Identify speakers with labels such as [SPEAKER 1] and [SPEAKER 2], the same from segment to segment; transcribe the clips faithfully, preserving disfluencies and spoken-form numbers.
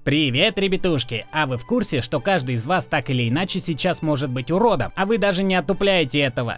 [SPEAKER 1] Привет, ребятушки! А вы в курсе, что каждый из вас так или иначе сейчас может быть уродом, а вы даже не отупляете этого?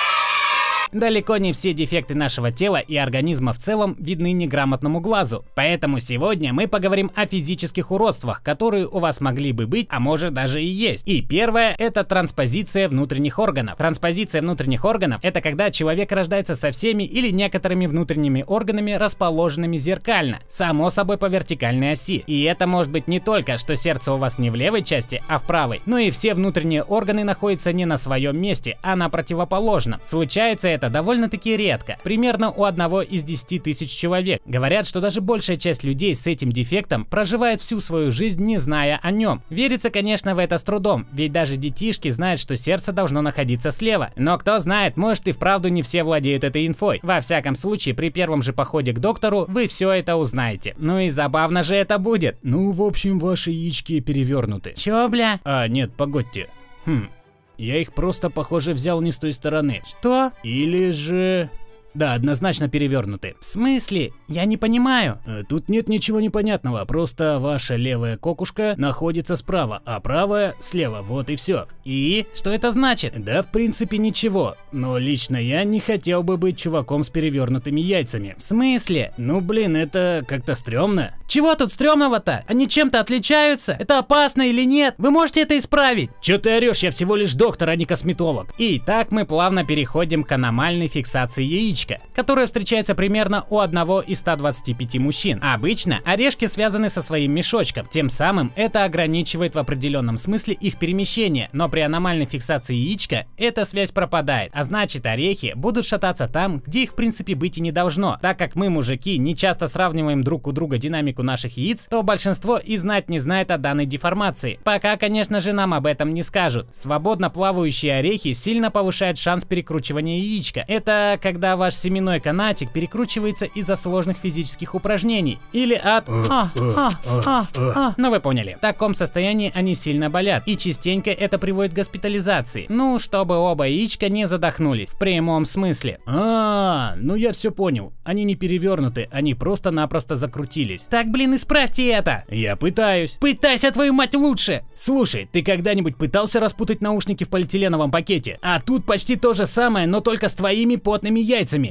[SPEAKER 1] Далеко не все дефекты нашего тела и организма в целом видны неграмотному глазу. Поэтому сегодня мы поговорим о физических уродствах, которые у вас могли бы быть, а может даже и есть. И первое – это транспозиция внутренних органов. Транспозиция внутренних органов – это когда человек рождается со всеми или некоторыми внутренними органами, расположенными зеркально, само собой по вертикальной оси. И это может быть не только, что сердце у вас не в левой части, а в правой, но и все внутренние органы находятся не на своем месте, а на противоположном. Случается это Это довольно-таки редко, примерно у одного из десяти тысяч человек. Говорят, что даже большая часть людей с этим дефектом проживает всю свою жизнь, не зная о нем. Верится, конечно, в это с трудом, ведь даже детишки знают, что сердце должно находиться слева. Но кто знает, может и вправду не все владеют этой инфой. Во всяком случае, при первом же походе к доктору вы все это узнаете. Ну и забавно же это будет.
[SPEAKER 2] Ну, в общем, ваши яички перевернуты.
[SPEAKER 1] Чё, бля?
[SPEAKER 2] А, нет, погодьте. Хм. Я их просто, похоже, взял не с той стороны.
[SPEAKER 1] Что?
[SPEAKER 2] Или же... Да, однозначно перевернуты.
[SPEAKER 1] В смысле? Я не понимаю.
[SPEAKER 2] Тут нет ничего непонятного, просто ваша левая кокушка находится справа, а правая слева, вот и все.
[SPEAKER 1] И? Что это значит?
[SPEAKER 2] Да, в принципе, ничего, но лично я не хотел бы быть чуваком с перевернутыми яйцами.
[SPEAKER 1] В смысле?
[SPEAKER 2] Ну блин, это как-то стрёмно.
[SPEAKER 1] Чего тут стрёмного-то? Они чем-то отличаются? Это опасно или нет? Вы можете это исправить?
[SPEAKER 2] Чё ты орёшь? Я всего лишь доктор, а не косметолог.
[SPEAKER 1] И так мы плавно переходим к аномальной фиксации яичка, которая встречается примерно у одного из ста двадцати пяти мужчин. Обычно орешки связаны со своим мешочком, тем самым это ограничивает в определенном смысле их перемещение, но при аномальной фиксации яичка эта связь пропадает, а значит орехи будут шататься там, где их в принципе быть и не должно. Так как мы, мужики, не часто сравниваем друг у друга динамику наших яиц, то большинство и знать не знает о данной деформации. Пока, конечно же, нам об этом не скажут. Свободно плавающие орехи сильно повышают шанс перекручивания яичка. Это когда ваш семенной канатик перекручивается из-за сложных физических упражнений или от... А, а, а, а. Ну вы поняли. В таком состоянии они сильно болят, и частенько это приводит к госпитализации. Ну, чтобы оба яичка не задохнулись, в прямом смысле.
[SPEAKER 2] А, ну я все понял. Они не перевернуты, они просто-напросто закрутились.
[SPEAKER 1] Так, блин, исправьте это.
[SPEAKER 2] Я пытаюсь.
[SPEAKER 1] Пытайся, твою мать, лучше.
[SPEAKER 2] Слушай, ты когда-нибудь пытался распутать наушники в полиэтиленовом пакете? А тут почти то же самое, но только с твоими потными яйцами.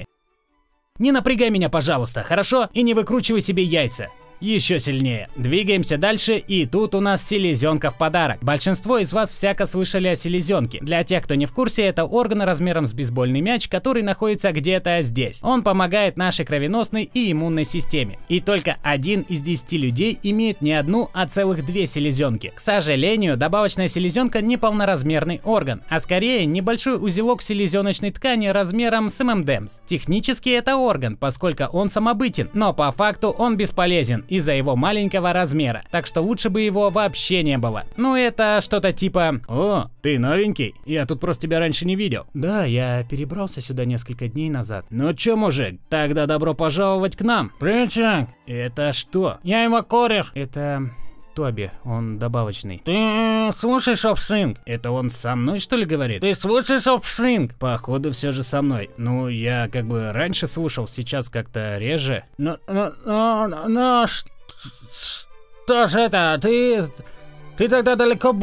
[SPEAKER 2] Не напрягай меня, пожалуйста, хорошо? И не выкручивай себе яйца. Еще сильнее. Двигаемся дальше, и тут у нас селезенка в подарок. Большинство из вас всяко слышали о селезенке. Для тех, кто не в курсе, это орган размером с бейсбольный мяч, который находится где-то здесь. Он помогает нашей кровеносной и иммунной системе. И только один из десяти людей имеет не одну, а целых две селезенки. К сожалению, добавочная селезенка не полноразмерный орган, а скорее небольшой узелок селезеночной ткани размером с эм эм энд эмс. Технически это орган, поскольку он самобытен, но по факту он бесполезен из-за его маленького размера, так что лучше бы его вообще не было. Ну это что-то типа... О, ты новенький? Я тут просто тебя раньше не видел.
[SPEAKER 1] Да, я перебрался сюда несколько дней назад.
[SPEAKER 2] Ну чё, мужик, тогда добро пожаловать к нам.
[SPEAKER 1] Привет.
[SPEAKER 2] Это что?
[SPEAKER 1] Я его кореш.
[SPEAKER 2] Это... Тоби, он добавочный.
[SPEAKER 1] Ты слушаешь офсвинг?
[SPEAKER 2] Это он со мной, что ли, говорит?
[SPEAKER 1] Ты слушаешь офсвинг?
[SPEAKER 2] Походу, все же со мной. Ну, я как бы раньше слушал, сейчас как-то реже.
[SPEAKER 1] Ну, ну, ну, ну, что ж это, ты, ты тогда далеко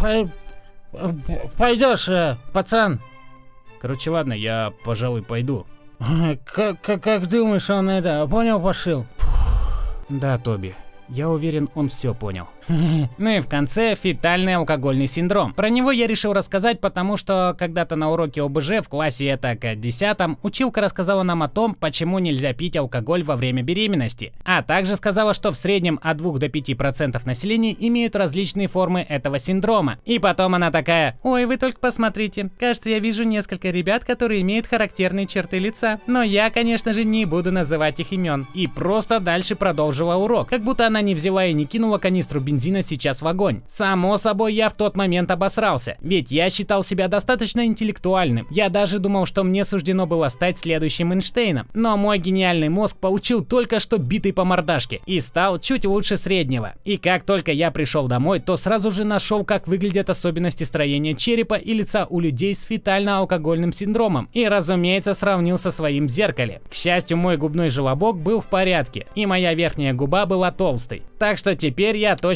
[SPEAKER 1] пойдешь, пацан?
[SPEAKER 2] Короче, ладно, я, пожалуй, пойду.
[SPEAKER 1] Как, как, как думаешь, он это, понял, пошил?
[SPEAKER 2] Да, Тоби. Я уверен, он все понял.
[SPEAKER 1] Ну и в конце фетальный алкогольный синдром. Про него я решил рассказать, потому что когда-то на уроке о бэ жэ в классе это к десятом училка рассказала нам о том, почему нельзя пить алкоголь во время беременности. А также сказала, что в среднем от двух до пяти процентов населения имеют различные формы этого синдрома. И потом она такая: ой, вы только посмотрите, кажется, я вижу несколько ребят, которые имеют характерные черты лица. Но я, конечно же, не буду называть их имен. И просто дальше продолжила урок, как будто она не взяла и не кинула канистру бензина бензина сейчас в огонь. Само собой, я в тот момент обосрался, ведь я считал себя достаточно интеллектуальным. Я даже думал, что мне суждено было стать следующим Эйнштейном. Но мой гениальный мозг получил только что битый по мордашке и стал чуть лучше среднего. И как только я пришел домой, то сразу же нашел, как выглядят особенности строения черепа и лица у людей с фетально-алкогольным синдромом. И, разумеется, сравнил со своим в зеркале. К счастью, мой губной желобок был в порядке, и моя верхняя губа была толстой. Так что теперь я точно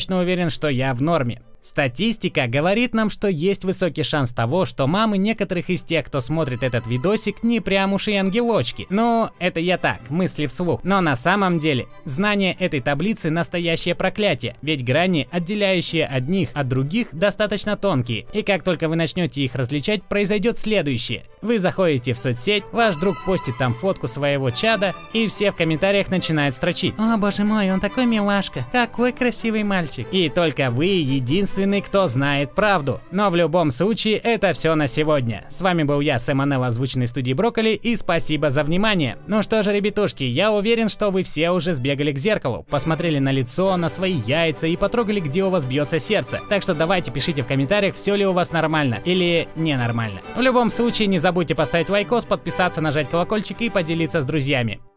[SPEAKER 1] точно уверен, что я в норме. Статистика говорит нам, что есть высокий шанс того, что мамы некоторых из тех, кто смотрит этот видосик, не прям уж и ангелочки. Но это я так, мысли вслух. Но на самом деле, знание этой таблицы настоящее проклятие, ведь грани, отделяющие одних от других, достаточно тонкие. И как только вы начнете их различать, произойдет следующее. Вы заходите в соцсеть, ваш друг постит там фотку своего чада, и все в комментариях начинают строчить: «О боже мой, он такой милашка, какой красивый мальчик». И только вы единственный единственный, кто знает правду. Но в любом случае, это все на сегодня. С вами был я, Сэм Анел, озвученный студии Брокколи, и спасибо за внимание. Ну что же, ребятушки, я уверен, что вы все уже сбегали к зеркалу, посмотрели на лицо, на свои яйца и потрогали, где у вас бьется сердце. Так что давайте пишите в комментариях, все ли у вас нормально или ненормально. В любом случае, не забудьте поставить лайкос, подписаться, нажать колокольчик и поделиться с друзьями.